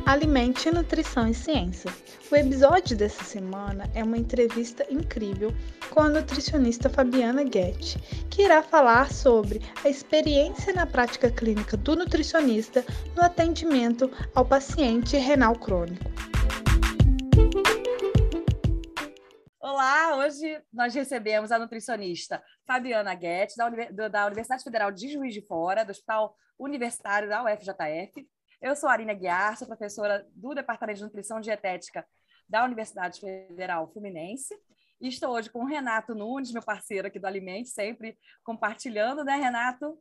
Alimente, Nutrição e Ciência. O episódio dessa semana é uma entrevista incrível com a nutricionista Fabiana Guetti, que irá falar sobre a experiência na prática clínica do nutricionista no atendimento ao paciente renal crônico. Olá, hoje nós recebemos a nutricionista Fabiana Guetti, da Universidade Federal de Juiz de Fora, do Hospital Universitário da UFJF. Eu sou a Arina Guiar, sou professora do Departamento de Nutrição e Dietética da Universidade Federal Fluminense. E estou hoje com o Renato Nunes, meu parceiro aqui do Alimente, sempre compartilhando, né, Renato?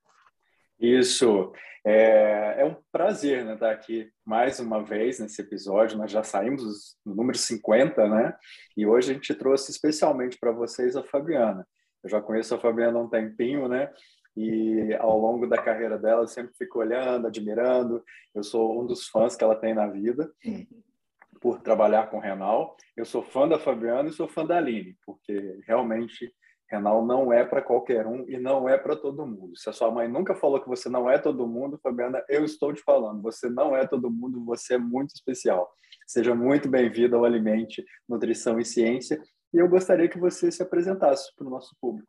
Isso. É um prazer, né, estar aqui mais uma vez nesse episódio. Nós já saímos no número 50, né? E hoje a gente trouxe especialmente para vocês a Fabiana. Eu já conheço a Fabiana há um tempinho, né? E ao longo da carreira dela eu sempre fico olhando, admirando. Eu sou um dos fãs que ela tem na vida por trabalhar com renal. Eu sou fã da Fabiana e sou fã da Aline, porque realmente renal não é para qualquer um e não é para todo mundo. Se a sua mãe nunca falou que você não é todo mundo, Fabiana, eu estou te falando. Você não é todo mundo, você é muito especial. Seja muito bem-vinda ao Alimente, Nutrição e Ciência. E eu gostaria que você se apresentasse para o nosso público.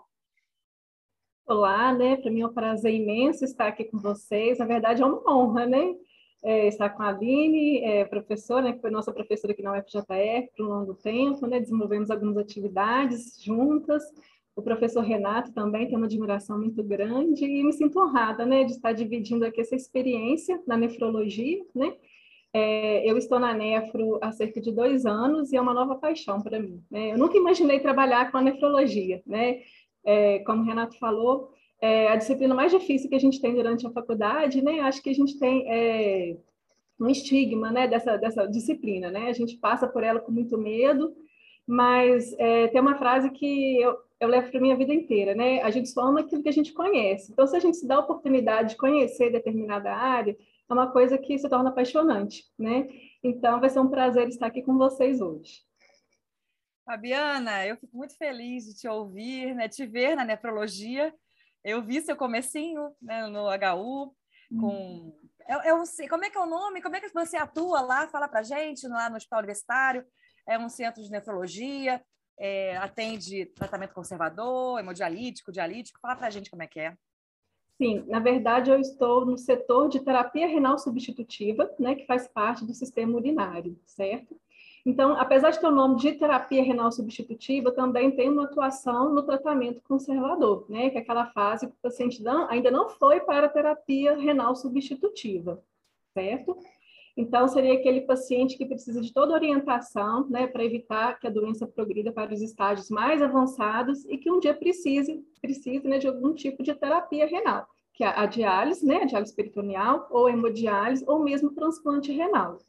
Olá, né? Para mim é um prazer imenso estar aqui com vocês. Na verdade, é uma honra, né? Estar com a Aline, professora, né? Que foi nossa professora aqui na UFJF por um longo tempo, né? Desenvolvemos algumas atividades juntas. O professor Renato também tem uma admiração muito grande e me sinto honrada, né? De estar dividindo aqui essa experiência na nefrologia, né? Eu estou na nefro há cerca de 2 anos e é uma nova paixão para mim, né? Eu nunca imaginei trabalhar com a nefrologia, né? Como o Renato falou, a disciplina mais difícil que a gente tem durante a faculdade, né? Acho que a gente tem um estigma, né, dessa disciplina, né? A gente passa por ela com muito medo, mas tem uma frase que eu levo para a minha vida inteira, né? A gente só ama aquilo que a gente conhece. Então, se a gente se dá a oportunidade de conhecer determinada área, é uma coisa que se torna apaixonante, né? Então, vai ser um prazer estar aqui com vocês hoje. Fabiana, eu fico muito feliz de te ouvir, né, te ver na nefrologia. Eu vi seu comecinho, né, no HU, com... Eu não sei, como é que é o nome? Como é que você atua lá? Fala pra gente, lá no Hospital Universitário. É um centro de nefrologia, atende tratamento conservador, hemodialítico, dialítico. Fala pra gente como é que é. Sim, na verdade eu estou no setor de terapia renal substitutiva, né, que faz parte do sistema urinário, certo? Então, apesar de ter o nome de terapia renal substitutiva, também tem uma atuação no tratamento conservador, né, que é aquela fase que o paciente ainda não foi para a terapia renal substitutiva, certo? Então, seria aquele paciente que precisa de toda orientação, né, para evitar que a doença progrida para os estágios mais avançados e que um dia precise, né, de algum tipo de terapia renal, que é a diálise, né, a diálise peritoneal, ou hemodiálise, ou mesmo transplante renal.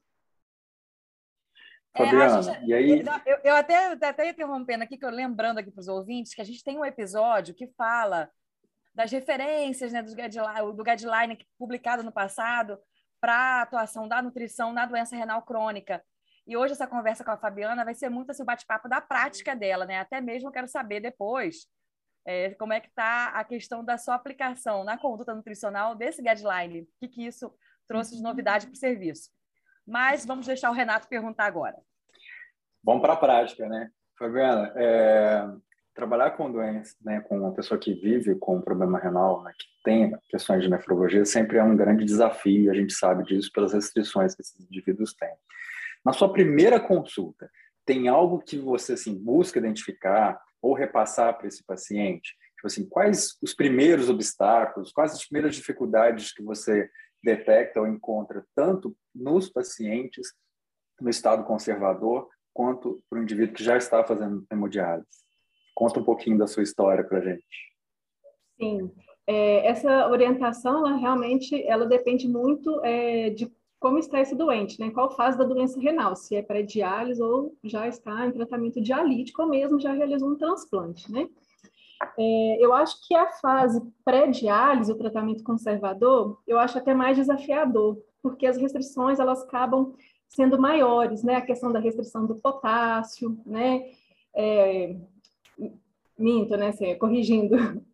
Fabiana, e aí... Eu até interrompendo aqui, que eu lembrando aqui para os ouvintes, que a gente tem um episódio que fala das referências, né, do guideline publicado no passado para a atuação da nutrição na doença renal crônica. E hoje essa conversa com a Fabiana vai ser muito assim, o bate-papo da prática dela, né? Até mesmo eu quero saber depois como é que está a questão da sua aplicação na conduta nutricional desse guideline, o que isso trouxe de novidade para o serviço. Mas vamos deixar o Renato perguntar agora. Vamos para a prática, né? Fabiana, trabalhar com doença, né, com uma pessoa que vive com um problema renal, né, que tem questões de nefrologia, sempre é um grande desafio, a gente sabe disso pelas restrições que esses indivíduos têm. Na sua primeira consulta, tem algo que você assim, busca identificar ou repassar para esse paciente? Tipo assim, quais os primeiros obstáculos, quais as primeiras dificuldades que você detecta ou encontra tanto nos pacientes no estado conservador quanto para o indivíduo que já está fazendo hemodiálise? Conta um pouquinho da sua história para a gente. Sim, essa orientação, ela depende muito de como está esse doente, né? Qual fase da doença renal, se é pré-diálise ou já está em tratamento dialítico ou mesmo já realizou um transplante, né? Eu acho que a fase pré-diálise, o tratamento conservador, eu acho até mais desafiador, porque as restrições, elas acabam sendo maiores, né? A questão da restrição do potássio, né? Minto, né? Corrigindo.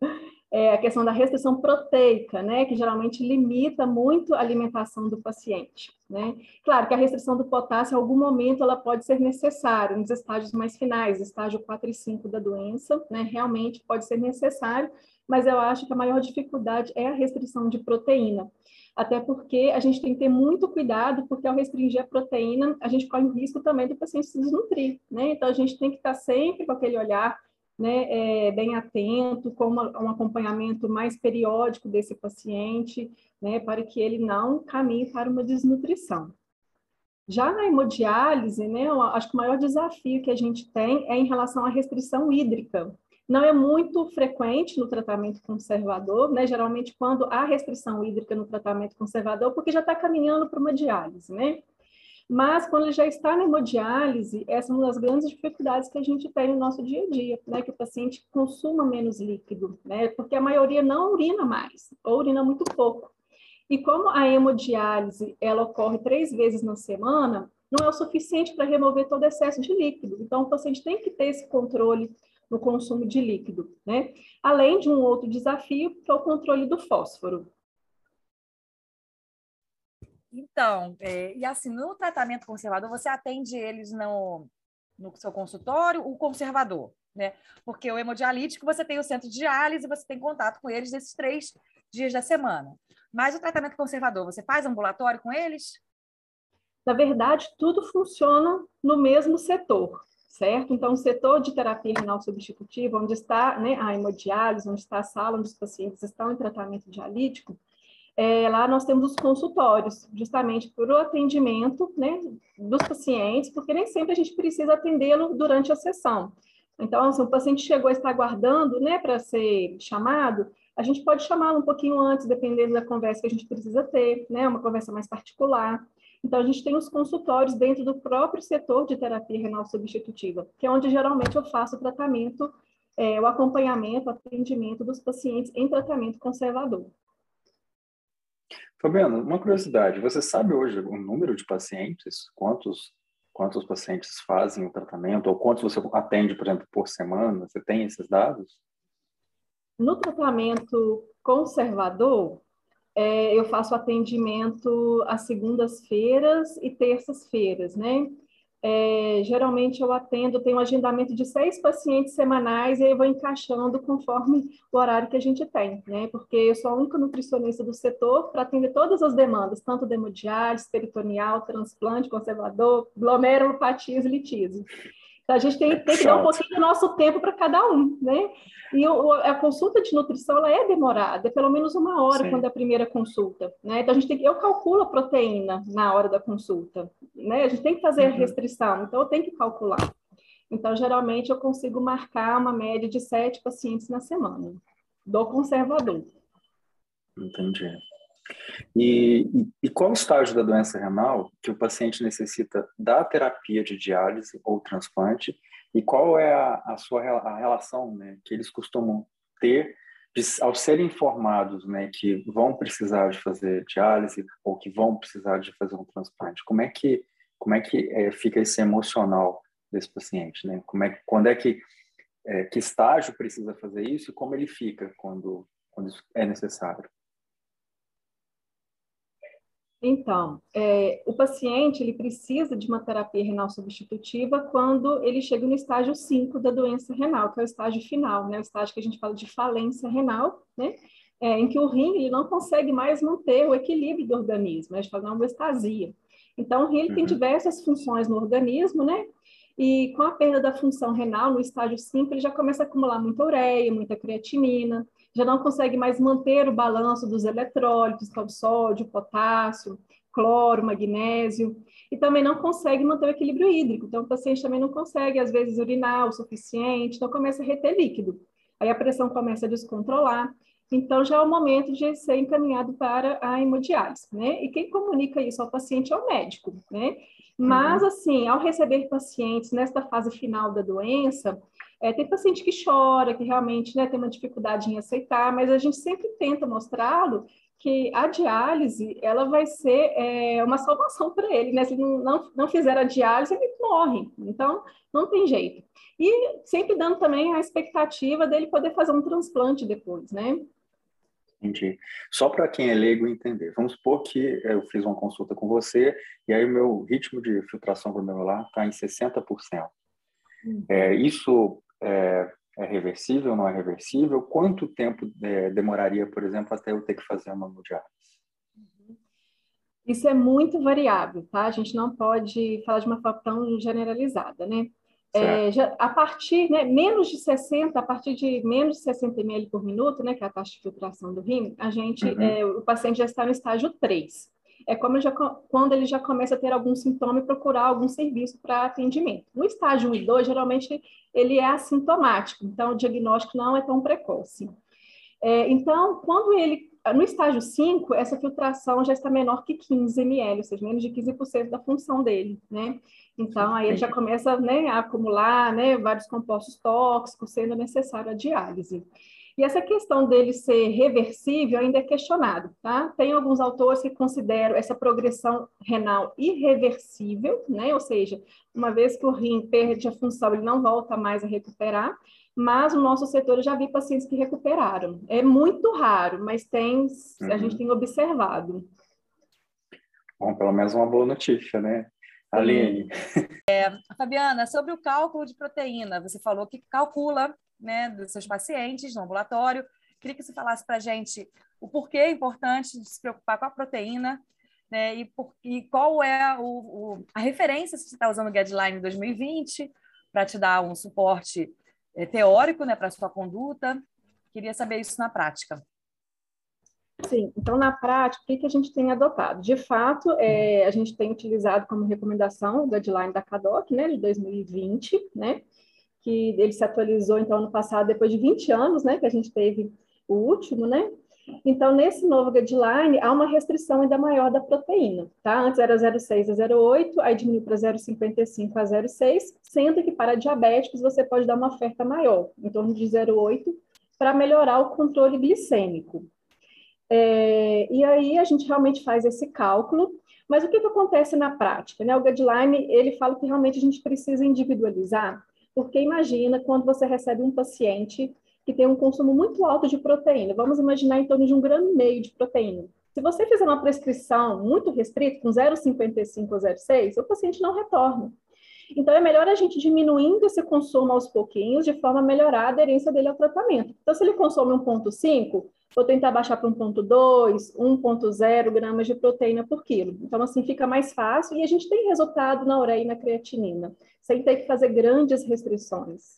a questão da restrição proteica, né, que geralmente limita muito a alimentação do paciente, né? Claro que a restrição do potássio, em algum momento, ela pode ser necessária, nos estágios mais finais, estágio 4 e 5 da doença, né, realmente pode ser necessário, mas eu acho que a maior dificuldade é a restrição de proteína, até porque a gente tem que ter muito cuidado, porque ao restringir a proteína, a gente corre o risco também do paciente se desnutrir, né? Então, a gente tem que estar sempre com aquele olhar, né, bem atento, com um acompanhamento mais periódico desse paciente, né, para que ele não caminhe para uma desnutrição. Já na hemodiálise, né, eu acho que o maior desafio que a gente tem é em relação à restrição hídrica. Não é muito frequente no tratamento conservador, né, geralmente quando há restrição hídrica no tratamento conservador, porque já está caminhando para uma diálise, né? Mas, quando ele já está na hemodiálise, essa é uma das grandes dificuldades que a gente tem no nosso dia a dia, né? Que o paciente consuma menos líquido, né? Porque a maioria não urina mais, ou urina muito pouco. E como a hemodiálise, ela ocorre 3 vezes na semana, não é o suficiente para remover todo excesso de líquido. Então, o paciente tem que ter esse controle no consumo de líquido, né? Além de um outro desafio, que é o controle do fósforo. Então, e assim, no tratamento conservador, você atende eles no seu consultório, o conservador, né? Porque o hemodialítico, você tem o centro de diálise, você tem contato com eles nesses 3 dias da semana. Mas o tratamento conservador, você faz ambulatório com eles? Na verdade, tudo funciona no mesmo setor, certo? Então, o setor de terapia renal substitutiva, onde está, né, a hemodiálise, onde está a sala onde os pacientes estão em tratamento dialítico, lá nós temos os consultórios, justamente por o atendimento, né, dos pacientes, porque nem sempre a gente precisa atendê-lo durante a sessão. Então, se o paciente chegou a estar aguardando, né, para ser chamado, a gente pode chamá-lo um pouquinho antes, dependendo da conversa que a gente precisa ter, né, uma conversa mais particular. Então, a gente tem os consultórios dentro do próprio setor de terapia renal substitutiva, que é onde geralmente eu faço o tratamento, o acompanhamento, o atendimento dos pacientes em tratamento conservador. Fabiana, uma curiosidade, você sabe hoje o número de pacientes? Quantos pacientes fazem o tratamento? Ou quantos você atende, por exemplo, por semana? Você tem esses dados? No tratamento conservador, eu faço atendimento às segundas-feiras e terças-feiras, né? Geralmente eu tenho um agendamento de 6 pacientes semanais e aí eu vou encaixando conforme o horário que a gente tem, né? Porque eu sou a única nutricionista do setor para atender todas as demandas, tanto de hemodiálise, peritoneal, transplante, conservador, glomerulopatias e litíase. Então, a gente tem que dar um pouquinho do nosso tempo para cada um, né? E a consulta de nutrição, ela é demorada, é pelo menos 1 hora. Sim. Quando é a primeira consulta, né? Então, eu calculo a proteína na hora da consulta, né? A gente tem que fazer a restrição, então eu tenho que calcular. Então, geralmente, eu consigo marcar uma média de 7 pacientes na semana, do conservador. Entendi. E qual o estágio da doença renal que o paciente necessita da terapia de diálise ou transplante e qual é a relação, né, que eles costumam ter ao serem informados, né, que vão precisar de fazer diálise ou que vão precisar de fazer um transplante? Como é que fica esse emocional desse paciente, né? Que estágio precisa fazer isso e como ele fica quando isso é necessário? Então, o paciente ele precisa de uma terapia renal substitutiva quando ele chega no estágio 5 da doença renal, que é o estágio final, né? O estágio que a gente fala de falência renal, né? Em que o rim ele não consegue mais manter o equilíbrio do organismo, a gente fala de homeostasia. Então, o rim ele tem diversas funções no organismo, né? E com a perda da função renal, no estágio 5, ele já começa a acumular muita ureia, muita creatinina, já não consegue mais manter o balanço dos eletrólitos, que é o sódio, potássio, cloro, magnésio, e também não consegue manter o equilíbrio hídrico. Então, o paciente também não consegue, às vezes, urinar o suficiente, então começa a reter líquido. Aí a pressão começa a descontrolar. Então, já é o momento de ser encaminhado para a hemodiálise, né? E quem comunica isso ao paciente é o médico, né? Mas, assim, ao receber pacientes nesta fase final da doença, Tem paciente que chora, que realmente, né, tem uma dificuldade em aceitar, mas a gente sempre tenta mostrá-lo que a diálise, ela vai ser uma salvação para ele, né? Se ele não fizer a diálise, ele morre. Então, não tem jeito. E sempre dando também a expectativa dele poder fazer um transplante depois, né? Entendi. Só para quem é leigo entender, vamos supor que eu fiz uma consulta com você e aí o meu ritmo de filtração glomerular está em 60%. Isso é reversível, não é reversível? Quanto tempo demoraria, por exemplo, até eu ter que fazer uma hemodiálise? Isso é muito variável, tá? A gente não pode falar de uma forma tão generalizada, né? A partir, né, a partir de menos de 60 ml por minuto, né, que é a taxa de filtração do rim, o paciente já está no estágio 3. É quando ele já começa a ter algum sintoma e procurar algum serviço para atendimento. No estágio 1 e 2, geralmente, ele é assintomático, então o diagnóstico não é tão precoce. Então, no estágio 5, essa filtração já está menor que 15 ml, ou seja, menos de 15% da função dele, né? Então, aí ele já começa, né, a acumular, né, vários compostos tóxicos, sendo necessário a diálise. E essa questão dele ser reversível ainda é questionado, tá? Tem alguns autores que consideram essa progressão renal irreversível, né? Ou seja, uma vez que o rim perde a função, ele não volta mais a recuperar, mas no nosso setor eu já vi pacientes que recuperaram. É muito raro, mas a gente tem observado. Bom, pelo menos uma boa notícia, né? Aline. Fabiana, sobre o cálculo de proteína, você falou que calcula, né, dos seus pacientes no ambulatório. Queria que você falasse para a gente o porquê é importante de se preocupar com a proteína, né, e qual é a referência, se você está usando o Guideline 2020 para te dar um suporte teórico, né, para a sua conduta. Queria saber isso na prática. Sim, então na prática, o que a gente tem adotado? De fato, a gente tem utilizado como recomendação o Guideline da CADOC, né, de 2020, né, que ele se atualizou, então, ano passado, depois de 20 anos, né, que a gente teve o último, né? Então, nesse novo guideline, há uma restrição ainda maior da proteína, tá? Antes era 0,6 a 0,8, aí diminuiu para 0,55 a 0,6, sendo que para diabéticos você pode dar uma oferta maior, em torno de 0,8, para melhorar o controle glicêmico. E aí a gente realmente faz esse cálculo, mas o que acontece na prática, né? O guideline, ele fala que realmente a gente precisa individualizar, porque imagina quando você recebe um paciente que tem um consumo muito alto de proteína, vamos imaginar em torno de 1,5 gramas de proteína. Se você fizer uma prescrição muito restrita, com 0,55 ou 0,6, o paciente não retorna. Então, é melhor a gente diminuindo esse consumo aos pouquinhos, de forma a melhorar a aderência dele ao tratamento. Então, se ele consome 1,5, vou tentar baixar para 1,2, 1,0 gramas de proteína por quilo. Então, assim, fica mais fácil e a gente tem resultado na ureia e na creatinina, sem ter que fazer grandes restrições.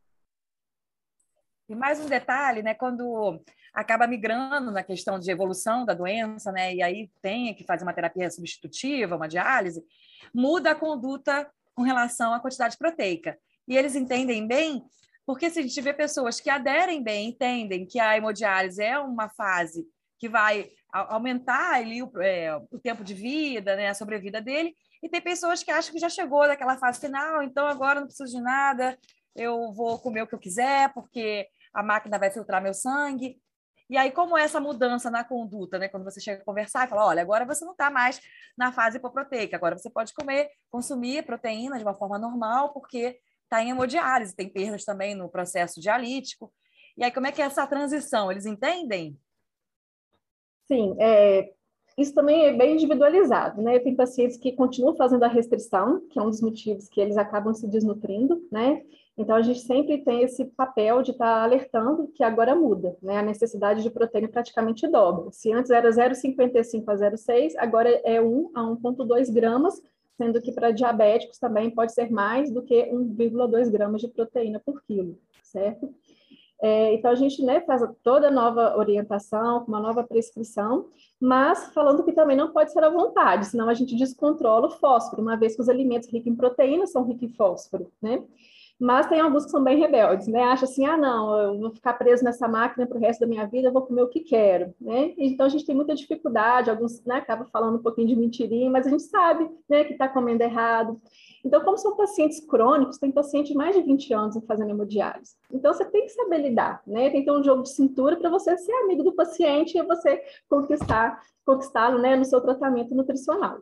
E mais um detalhe, né, quando acaba migrando na questão de evolução da doença, né, e aí tem que fazer uma terapia substitutiva, uma diálise, muda a conduta com relação à quantidade proteica. E eles entendem bem, porque se a gente vê pessoas que aderem bem, entendem que a hemodiálise é uma fase que vai aumentar ali o tempo de vida, né, a sobrevida dele, e tem pessoas que acham que já chegou daquela fase final, então agora não preciso de nada, eu vou comer o que eu quiser, porque a máquina vai filtrar meu sangue. E aí, como é essa mudança na conduta, né? Quando você chega a conversar e fala, olha, agora você não está mais na fase hipoproteica, agora você pode consumir proteína de uma forma normal, porque está em hemodiálise, tem perdas também no processo dialítico. E aí, como é que é essa transição? Eles entendem? Sim, isso também é bem individualizado, né? Tem pacientes que continuam fazendo a restrição, que é um dos motivos que eles acabam se desnutrindo, né? Então, a gente sempre tem esse papel de estar alertando que agora muda, né? A necessidade de proteína praticamente dobra. Se antes era 0,55 a 0,6, agora é 1 a 1,2 gramas, sendo que para diabéticos também pode ser mais do que 1,2 gramas de proteína por quilo, certo? Então, a gente, né, faz toda nova orientação, uma nova prescrição, mas falando que também não pode ser à vontade, senão a gente descontrola o fósforo, uma vez que os alimentos ricos em proteína são ricos em fósforo, né? Mas tem alguns que são bem rebeldes, né? Acha assim, ah, não, eu vou ficar preso nessa máquina para o resto da minha vida, eu vou comer o que quero, né? Então a gente tem muita dificuldade, alguns, né, acabam falando um pouquinho de mentirinha, mas a gente sabe, né, que está comendo errado. Então, como são pacientes crônicos, tem paciente de mais de 20 anos fazendo hemodiálise. Então, você tem que saber lidar, né? Tem que ter um jogo de cintura para você ser amigo do paciente e você conquistá-lo, né, no seu tratamento nutricional.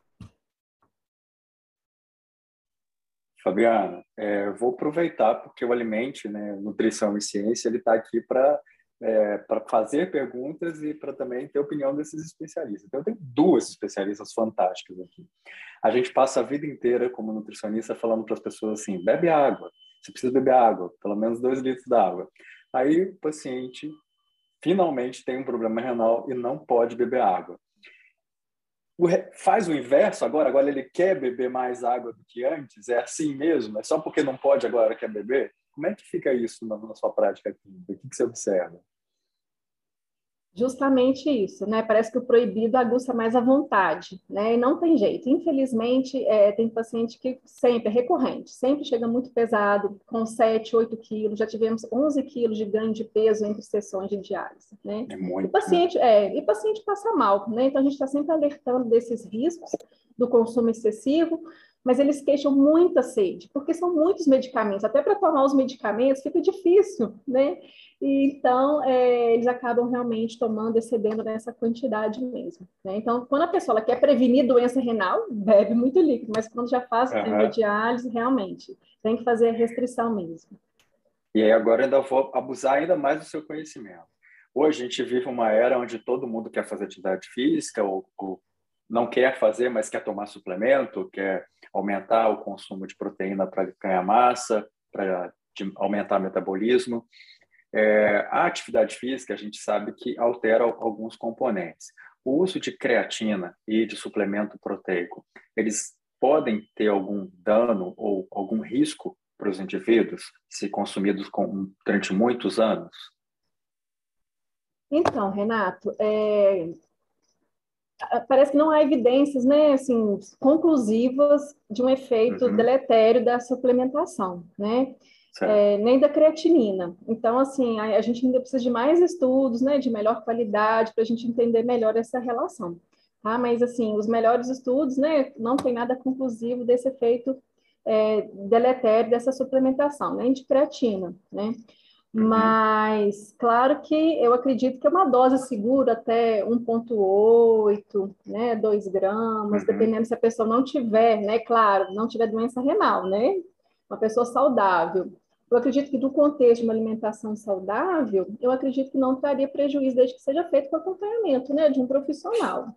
Fabiana, vou aproveitar porque o Alimente, né, Nutrição e Ciência, ele está aqui para fazer perguntas e para também ter opinião desses especialistas. Então, eu tenho duas especialistas fantásticas aqui. A gente passa a vida inteira como nutricionista falando para as pessoas assim, bebe água, você precisa beber água, pelo menos 2 litros d'água. Aí o paciente finalmente tem um problema renal e não pode beber água. Faz o inverso agora ele quer beber mais água do que antes? É assim mesmo? É só porque não pode agora quer beber? Como é que fica isso na sua prática clínica? O que você observa? Justamente isso, né? Parece que o proibido aguça mais a vontade, né? E não tem jeito. Infelizmente, tem paciente que sempre, é recorrente, sempre chega muito pesado, com 7, 8 quilos, já tivemos 11 quilos de ganho de peso entre sessões de diálise, né? É muito, e o paciente passa mal, né? Então, a gente está sempre alertando desses riscos do consumo excessivo, mas eles queixam muita sede, porque são muitos medicamentos, até para tomar os medicamentos fica difícil, né? Então, eles acabam realmente tomando, excedendo nessa quantidade mesmo, né? Então, quando a pessoa ela quer prevenir doença renal, bebe muito líquido, mas quando já faz hemodiálise, realmente, tem que fazer a restrição mesmo. E aí agora ainda vou abusar ainda mais do seu conhecimento. Hoje a gente vive uma era onde todo mundo quer fazer atividade física ou não quer fazer, mas quer tomar suplemento, quer aumentar o consumo de proteína para ganhar massa, para aumentar o metabolismo. A atividade física, a gente sabe que altera alguns componentes. O uso de creatina e de suplemento proteico, eles podem ter algum dano ou algum risco para os indivíduos se consumidos durante muitos anos? Então, Renato, parece que não há evidências, né, assim, conclusivas de um efeito deletério da suplementação, né? Nem da creatinina. Então, assim, a gente ainda precisa de mais estudos, né, de melhor qualidade, para a gente entender melhor essa relação. Tá? Mas, assim, os melhores estudos, né, não tem nada conclusivo desse efeito deletério dessa suplementação, nem de creatina, né? Mas, claro que eu acredito que é uma dose segura até 1,8, né, 2 gramas, dependendo se a pessoa não tiver, né, claro, não tiver doença renal, né, uma pessoa saudável. Eu acredito que do contexto de uma alimentação saudável, eu acredito que não traria prejuízo desde que seja feito com acompanhamento, né, de um profissional.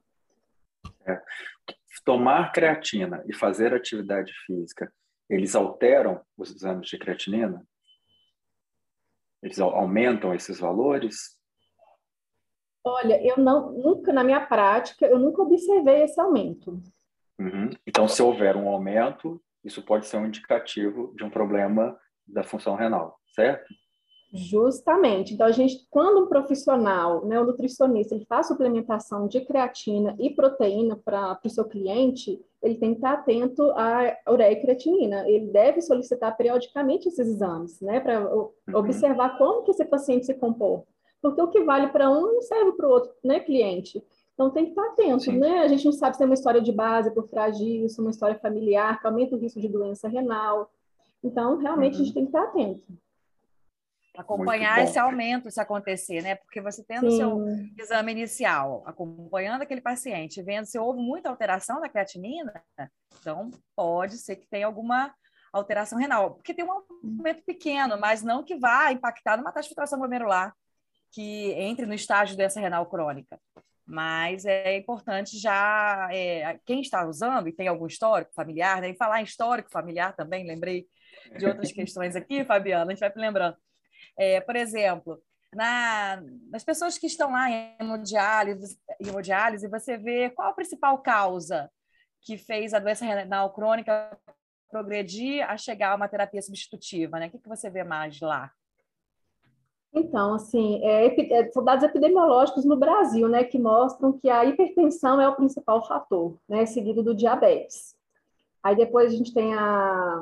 Tomar creatina e fazer atividade física, eles alteram os exames de creatinina? Eles aumentam esses valores? Olha, eu nunca, na minha prática, eu nunca observei esse aumento. Então, se houver um aumento, isso pode ser um indicativo de um problema da função renal, certo? Justamente. Então, quando um profissional, né, o nutricionista, ele faz suplementação de creatina e proteína para o seu cliente, ele tem que estar atento à ureia e creatinina. Ele deve solicitar periodicamente esses exames, né, para observar como que esse paciente se comporta. Porque o que vale para um não serve para o outro, né, cliente. Então, tem que estar atento, né? A gente não sabe se tem uma história de base por trás disso, uma história familiar que aumenta o risco de doença renal. Então, realmente, a gente tem que estar atento. Acompanhar esse aumento se acontecer, né? Porque você tendo o seu exame inicial, acompanhando aquele paciente, vendo se houve muita alteração da creatinina, então pode ser que tenha alguma alteração renal, porque tem um aumento pequeno, mas não que vá impactar numa taxa de filtração glomerular que entre no estágio de doença renal crônica. Mas é importante já, quem está usando e tem algum histórico familiar, né? E falar em histórico familiar também, lembrei de outras questões aqui, Fabiana, a gente vai lembrando. Por exemplo, nas pessoas que estão lá em hemodiálise, você vê qual a principal causa que fez a doença renal crônica progredir a chegar a uma terapia substitutiva, né? O que você vê mais lá? Então, assim, são dados epidemiológicos no Brasil, né, que mostram que a hipertensão é o principal fator, né, seguido do diabetes. Aí depois a gente tem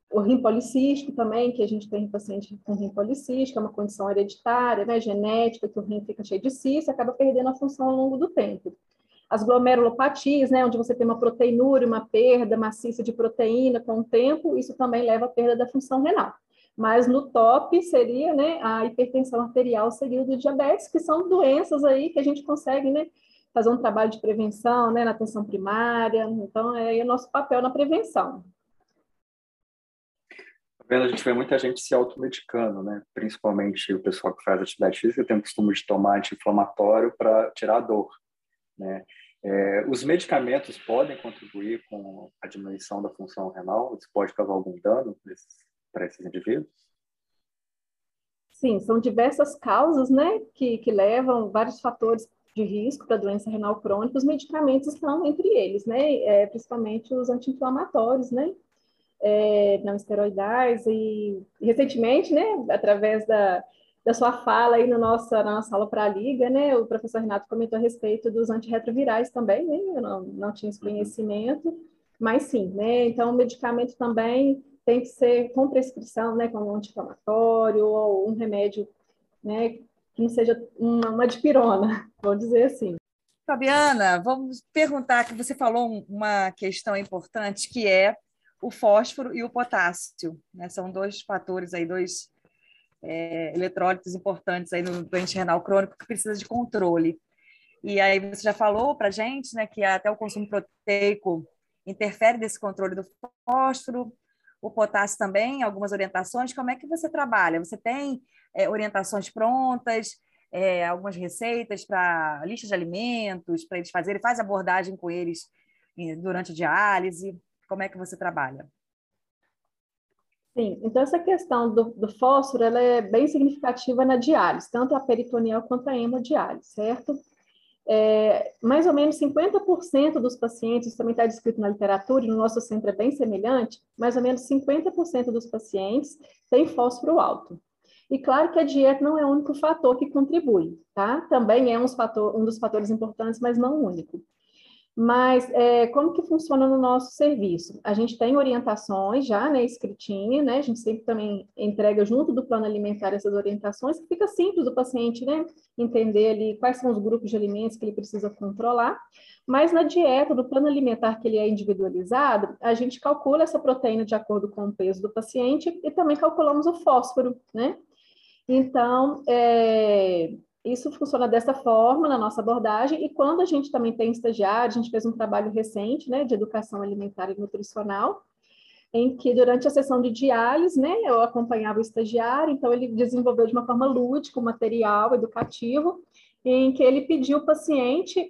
O rim policístico também, que a gente tem paciente com rim policístico, é uma condição hereditária, né, genética, que o rim fica cheio de cisto e acaba perdendo a função ao longo do tempo. As glomerulopatias, né, onde você tem uma proteinúria, uma perda maciça de proteína com o tempo, isso também leva à perda da função renal. Mas no top seria, né, a hipertensão arterial seria o do diabetes, que são doenças aí que a gente consegue, né, fazer um trabalho de prevenção, né, na atenção primária. Então, é aí o nosso papel na prevenção. A gente vê muita gente se automedicando, né? Principalmente o pessoal que faz atividade física tem o costume de tomar anti-inflamatório para tirar a dor, né? Os medicamentos podem contribuir com a diminuição da função renal? Isso pode causar algum dano para esses indivíduos? Sim, são diversas causas, né, que levam vários fatores de risco para a doença renal crônica. Os medicamentos estão entre eles, né? Principalmente os anti-inflamatórios, né? Não esteroidais, e recentemente, né, através da sua fala aí na nossa aula para a Liga, né, o professor Renato comentou a respeito dos antirretrovirais também, né, eu não tinha esse conhecimento, mas sim, né, então o medicamento também tem que ser com prescrição, né, como um anti-inflamatório ou um remédio, né, que não seja uma dipirona, vou dizer assim. Fabiana, vamos perguntar, que você falou uma questão importante, que é o fósforo e o potássio, né? São dois fatores aí, dois eletrólitos importantes aí no doente renal crônico que precisa de controle. E aí você já falou para a gente, né, que até o consumo proteico interfere nesse controle do fósforo, o potássio também, algumas orientações. Como é que você trabalha? Você tem orientações prontas, algumas receitas para lista de alimentos, para eles fazerem, faz abordagem com eles durante a diálise? Como é que você trabalha? Sim, então essa questão do fósforo, ela é bem significativa na diálise, tanto a peritoneal quanto a hemodiálise, certo? Mais ou menos 50% dos pacientes, isso também está descrito na literatura, e no nosso centro é bem semelhante, mais ou menos 50% dos pacientes têm fósforo alto. E claro que a dieta não é o único fator que contribui, tá? Também é um dos fatores importantes, mas não o único. Mas como que funciona no nosso serviço? A gente tem orientações já, né, escritinha, né? A gente sempre também entrega junto do plano alimentar essas orientações, que fica simples do paciente, né, entender ali quais são os grupos de alimentos que ele precisa controlar. Mas na dieta, no plano alimentar que ele é individualizado, a gente calcula essa proteína de acordo com o peso do paciente e também calculamos o fósforo, né? Então, isso funciona dessa forma na nossa abordagem, e quando a gente também tem estagiário, a gente fez um trabalho recente, né, de educação alimentar e nutricional, em que durante a sessão de diálise, né, eu acompanhava o estagiário, então ele desenvolveu de uma forma lúdica um material educativo, em que ele pediu o paciente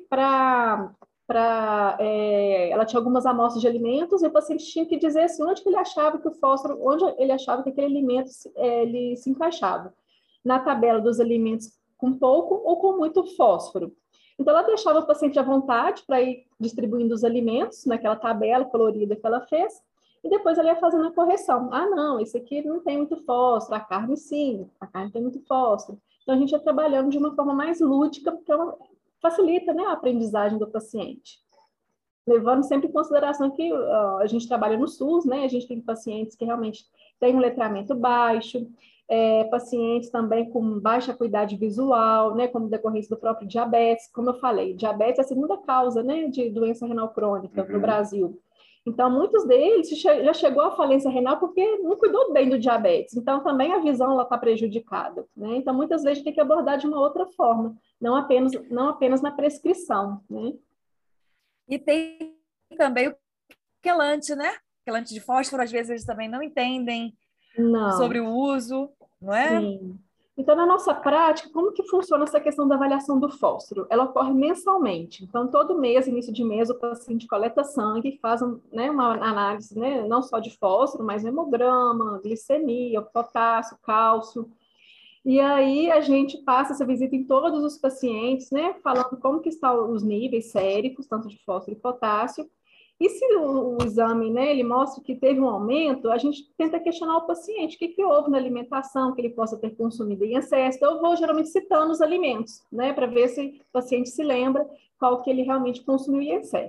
ela tinha algumas amostras de alimentos, e o paciente tinha que dizer assim, onde ele achava que o fósforo, onde ele achava que aquele alimento ele se encaixava. Na tabela dos alimentos com pouco ou com muito fósforo. Então, ela deixava o paciente à vontade para ir distribuindo os alimentos naquela tabela colorida que ela fez, e depois ela ia fazendo a correção. Ah, não, esse aqui não tem muito fósforo, a carne sim, a carne tem muito fósforo. Então, a gente ia trabalhando de uma forma mais lúdica, porque facilita, né, a aprendizagem do paciente. Levando sempre em consideração que a gente trabalha no SUS, né, a gente tem pacientes que realmente têm um letramento baixo, pacientes também com baixa acuidade visual, né, como decorrência do próprio diabetes. Como eu falei, diabetes é a segunda causa, né, de doença renal crônica no Brasil. Então, muitos deles já chegou à falência renal porque não cuidou bem do diabetes. Então, também a visão está prejudicada, né? Então, muitas vezes a gente tem que abordar de uma outra forma, não apenas na prescrição, né? E tem também o quelante, né? Quelante de fósforo, às vezes eles também não entendem sobre o uso, não é? Sim. Então, na nossa prática, como que funciona essa questão da avaliação do fósforo? Ela ocorre mensalmente. Então, todo mês, início de mês, o paciente coleta sangue, faz uma análise, né, não só de fósforo, mas hemograma, glicemia, potássio, cálcio. E aí a gente passa essa visita em todos os pacientes, né, falando como que estão os níveis séricos, tanto de fósforo e potássio. E se o exame, né, ele mostra que teve um aumento, a gente tenta questionar o paciente, o que houve na alimentação que ele possa ter consumido em excesso. Então, eu vou geralmente citando os alimentos, né, para ver se o paciente se lembra qual que ele realmente consumiu em excesso.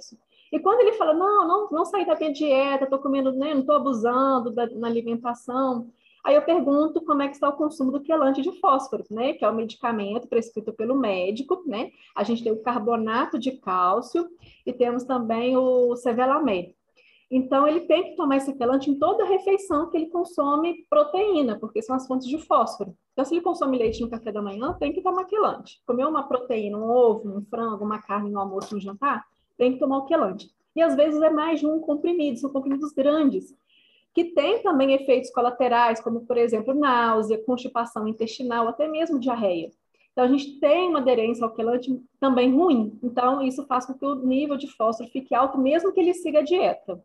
E quando ele fala, não saí da minha dieta, estou comendo, né, não estou abusando na alimentação, aí eu pergunto como é que está o consumo do quelante de fósforo, né, que é o medicamento prescrito pelo médico, né? A gente tem o carbonato de cálcio e temos também o sevelamer. Então, ele tem que tomar esse quelante em toda refeição que ele consome proteína, porque são as fontes de fósforo. Então, se ele consome leite no café da manhã, tem que tomar quelante. Comer uma proteína, um ovo, um frango, uma carne no almoço, no jantar, tem que tomar o quelante. E, às vezes, é mais de um comprimido, são comprimidos grandes, que têm também efeitos colaterais, como, por exemplo, náusea, constipação intestinal, até mesmo diarreia. Então, a gente tem uma aderência ao quelante também ruim. Então, isso faz com que o nível de fósforo fique alto, mesmo que ele siga a dieta.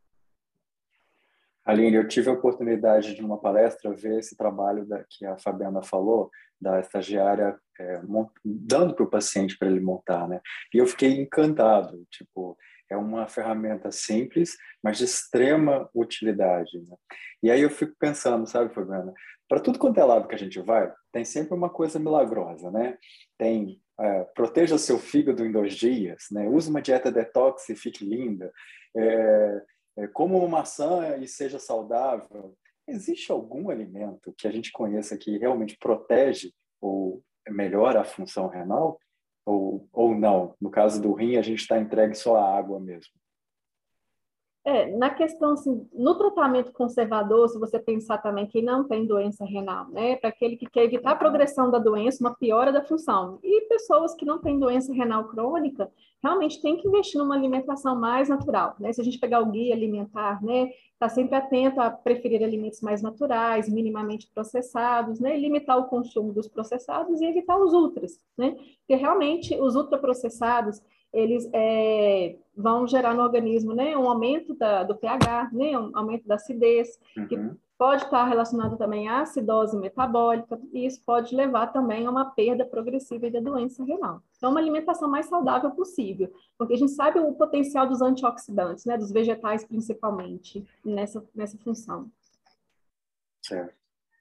Aline, eu tive a oportunidade de, numa palestra, ver esse trabalho que a Fabiana falou, da estagiária dando para o paciente para ele montar, né? E eu fiquei encantado, tipo, é uma ferramenta simples, mas de extrema utilidade, né? E aí eu fico pensando, sabe, Fabiana, para tudo quanto é lado que a gente vai, tem sempre uma coisa milagrosa, né? Tem proteja seu fígado em 2 dias, né? Use uma dieta detox e fique linda. Coma uma maçã e seja saudável. Existe algum alimento que a gente conheça que realmente protege ou melhora a função renal? Ou não? No caso do rim, a gente está entregue só à água mesmo. Na questão, assim, no tratamento conservador, se você pensar também que não tem doença renal, né? Para aquele que quer evitar a progressão da doença, uma piora da função. E pessoas que não têm doença renal crônica, realmente tem que investir numa alimentação mais natural, né? Se a gente pegar o guia alimentar, né? Tá sempre atento a preferir alimentos mais naturais, minimamente processados, né? E limitar o consumo dos processados e evitar os ultras, né? Porque realmente os ultraprocessados, eles vão gerar no organismo, né, um aumento do pH, né, um aumento da acidez, que pode estar relacionado também à acidose metabólica, e isso pode levar também a uma perda progressiva da doença renal. Então, uma alimentação mais saudável possível, porque a gente sabe o potencial dos antioxidantes, né, dos vegetais principalmente, nessa função. Certo.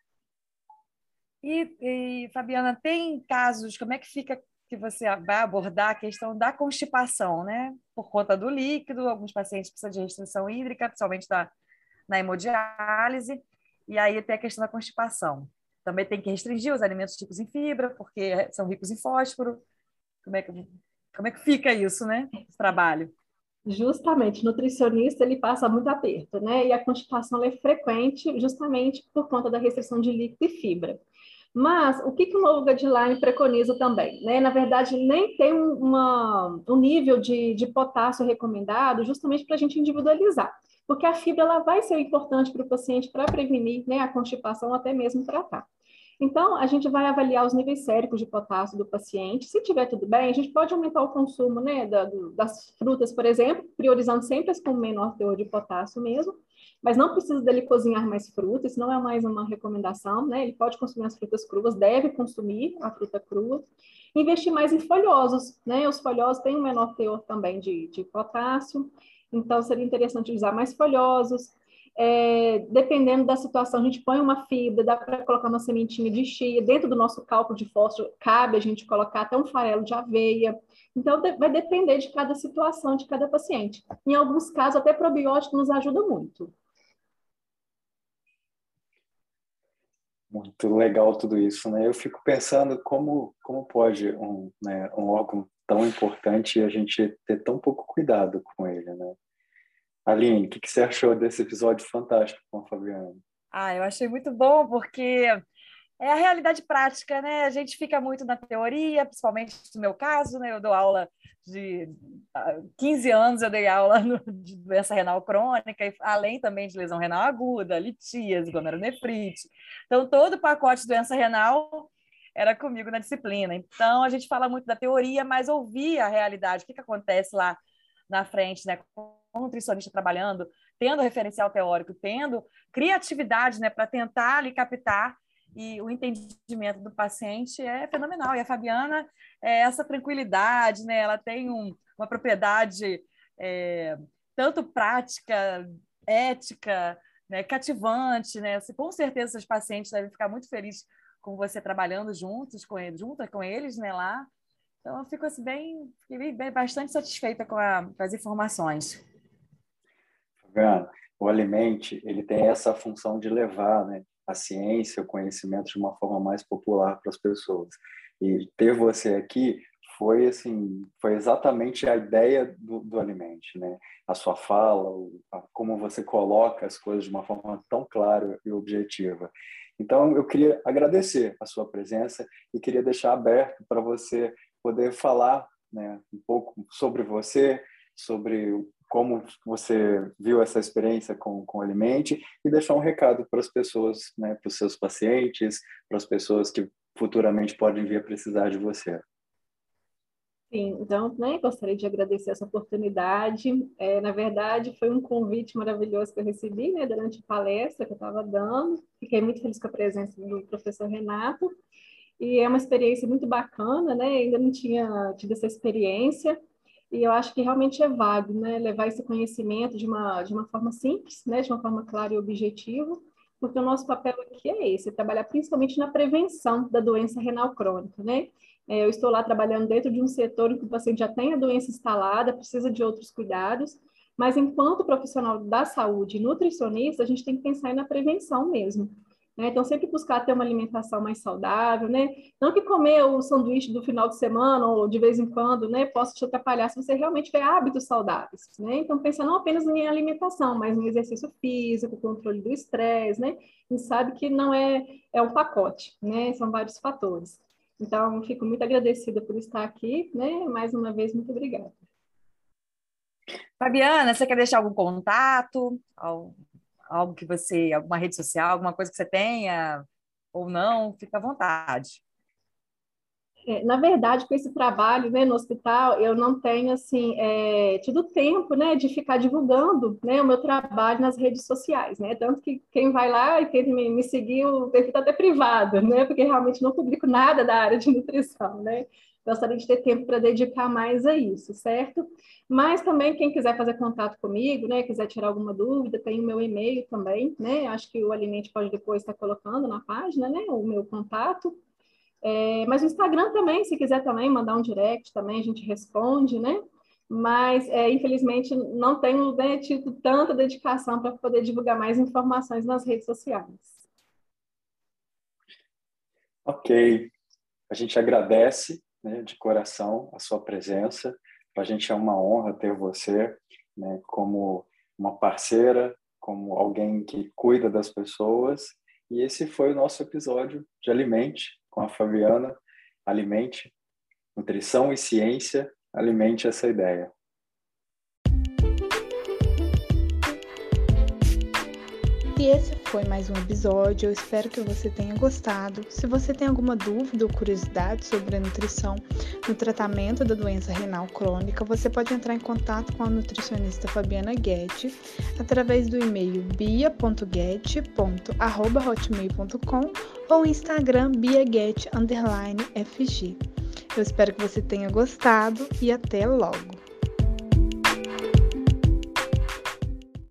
E, Fabiana, tem casos, como é que fica que você vai abordar a questão da constipação, né? Por conta do líquido, alguns pacientes precisam de restrição hídrica, principalmente na hemodiálise, e aí tem a questão da constipação. Também tem que restringir os alimentos ricos em fibra, porque são ricos em fósforo. Como é que fica isso, né? Esse trabalho. Justamente, nutricionista, ele passa muito aperto, né? E a constipação é frequente justamente por conta da restrição de líquido e fibra. Mas o que o novo guideline preconiza também, né? Na verdade, nem tem um nível de potássio recomendado justamente para a gente individualizar, porque a fibra ela vai ser importante para o paciente para prevenir, né, a constipação, até mesmo tratar. Então, a gente vai avaliar os níveis séricos de potássio do paciente. Se tiver tudo bem, a gente pode aumentar o consumo, né, das frutas, por exemplo, priorizando sempre as com menor teor de potássio mesmo, mas não precisa dele cozinhar mais frutas, isso não é mais uma recomendação, né? Ele pode consumir as frutas cruas, deve consumir a fruta crua. Investir mais em folhosos, né? Os folhosos têm um menor teor também de potássio, então seria interessante usar mais folhosos. Dependendo da situação, a gente põe uma fibra, dá para colocar uma sementinha de chia, dentro do nosso cálculo de fósforo, cabe a gente colocar até um farelo de aveia. Então, vai depender de cada situação, de cada paciente. Em alguns casos, até probiótico nos ajuda muito. Muito legal tudo isso, né? Eu fico pensando como pode um órgão tão importante e a gente ter tão pouco cuidado com ele, né? Aline, o que você achou desse episódio fantástico com a Fabiana? Eu achei muito bom, porque é a realidade prática, né? A gente fica muito na teoria, principalmente no meu caso, né? Eu dou aula de 15 anos, eu dei aula de doença renal crônica, e além também de lesão renal aguda, litíase, glomerulonefrite. Então, todo o pacote de doença renal era comigo na disciplina. Então, a gente fala muito da teoria, mas ouvir a realidade, o que acontece lá na frente, né? Com o nutricionista trabalhando, tendo referencial teórico, tendo criatividade, né, para tentar ali captar, e o entendimento do paciente é fenomenal. E a Fabiana é essa tranquilidade, né? Ela tem uma propriedade tanto prática, ética, né? Cativante, né? Com certeza os pacientes devem ficar muito felizes com você trabalhando junto com eles, né, lá. Então, eu fico assim, bastante satisfeita com as informações. Fabiana, o Alimente, ele tem essa função de levar, né, a ciência, o conhecimento de uma forma mais popular para as pessoas. E ter você aqui foi assim, foi exatamente a ideia do Alimente, né? A sua fala, como você coloca as coisas de uma forma tão clara e objetiva. Então, eu queria agradecer a sua presença e queria deixar aberto para você poder falar, né, um pouco sobre você, sobre como você viu essa experiência com o Alimente e deixar um recado para as pessoas, né, para os seus pacientes, para as pessoas que futuramente podem vir a precisar de você. Sim, então, né, gostaria de agradecer essa oportunidade. Na verdade, foi um convite maravilhoso que eu recebi, né, durante a palestra que eu estava dando. Fiquei muito feliz com a presença do professor Renato. E é uma experiência muito bacana, né? Ainda não tinha tido essa experiência. E eu acho que realmente é válido, né, levar esse conhecimento de uma forma simples, né, de uma forma clara e objetiva, porque o nosso papel aqui é esse, trabalhar principalmente na prevenção da doença renal crônica, né? Eu estou lá trabalhando dentro de um setor em que o paciente já tem a doença instalada, precisa de outros cuidados, mas enquanto profissional da saúde e nutricionista, a gente tem que pensar na prevenção mesmo. Então, sempre buscar ter uma alimentação mais saudável, né? Não que comer o sanduíche do final de semana ou de vez em quando, né, possa te atrapalhar se você realmente tiver hábitos saudáveis, né? Então, pensa não apenas em alimentação, mas no exercício físico, controle do estresse, né? A gente sabe que não é um pacote, né? São vários fatores. Então, fico muito agradecida por estar aqui, né? Mais uma vez, muito obrigada. Fabiana, você quer deixar algum contato? Algo que você, alguma rede social, alguma coisa que você tenha ou não? Fica à vontade. Na verdade, com esse trabalho, né, no hospital, eu não tenho assim tido tempo, né, de ficar divulgando, né, o meu trabalho nas redes sociais, né? Tanto que quem vai lá e quem me seguiu, o perfil está até privado, né? Porque realmente não publico nada da área de nutrição, né? Gostaria de ter tempo para dedicar mais a isso, certo? Mas também quem quiser fazer contato comigo, né, quiser tirar alguma dúvida, tem o meu e-mail também, né? Acho que o Alimente pode depois estar colocando na página, né, o meu contato. Mas o Instagram também, se quiser também mandar um direct, também a gente responde, né? Mas, infelizmente, não tenho, né, tido tanta dedicação para poder divulgar mais informações nas redes sociais. Ok. A gente agradece, né, de coração a sua presença. Para a gente é uma honra ter você, né, como uma parceira, como alguém que cuida das pessoas. E esse foi o nosso episódio de Alimente com a Fabiana. Alimente, nutrição e ciência, alimente essa ideia. E esse foi mais um episódio, eu espero que você tenha gostado. Se você tem alguma dúvida ou curiosidade sobre a nutrição no tratamento da doença renal crônica, você pode entrar em contato com a nutricionista Fabiana Guetti através do e-mail bia.guetti@hotmail.com ou Instagram biaguetti_fg. Eu espero que você tenha gostado e até logo!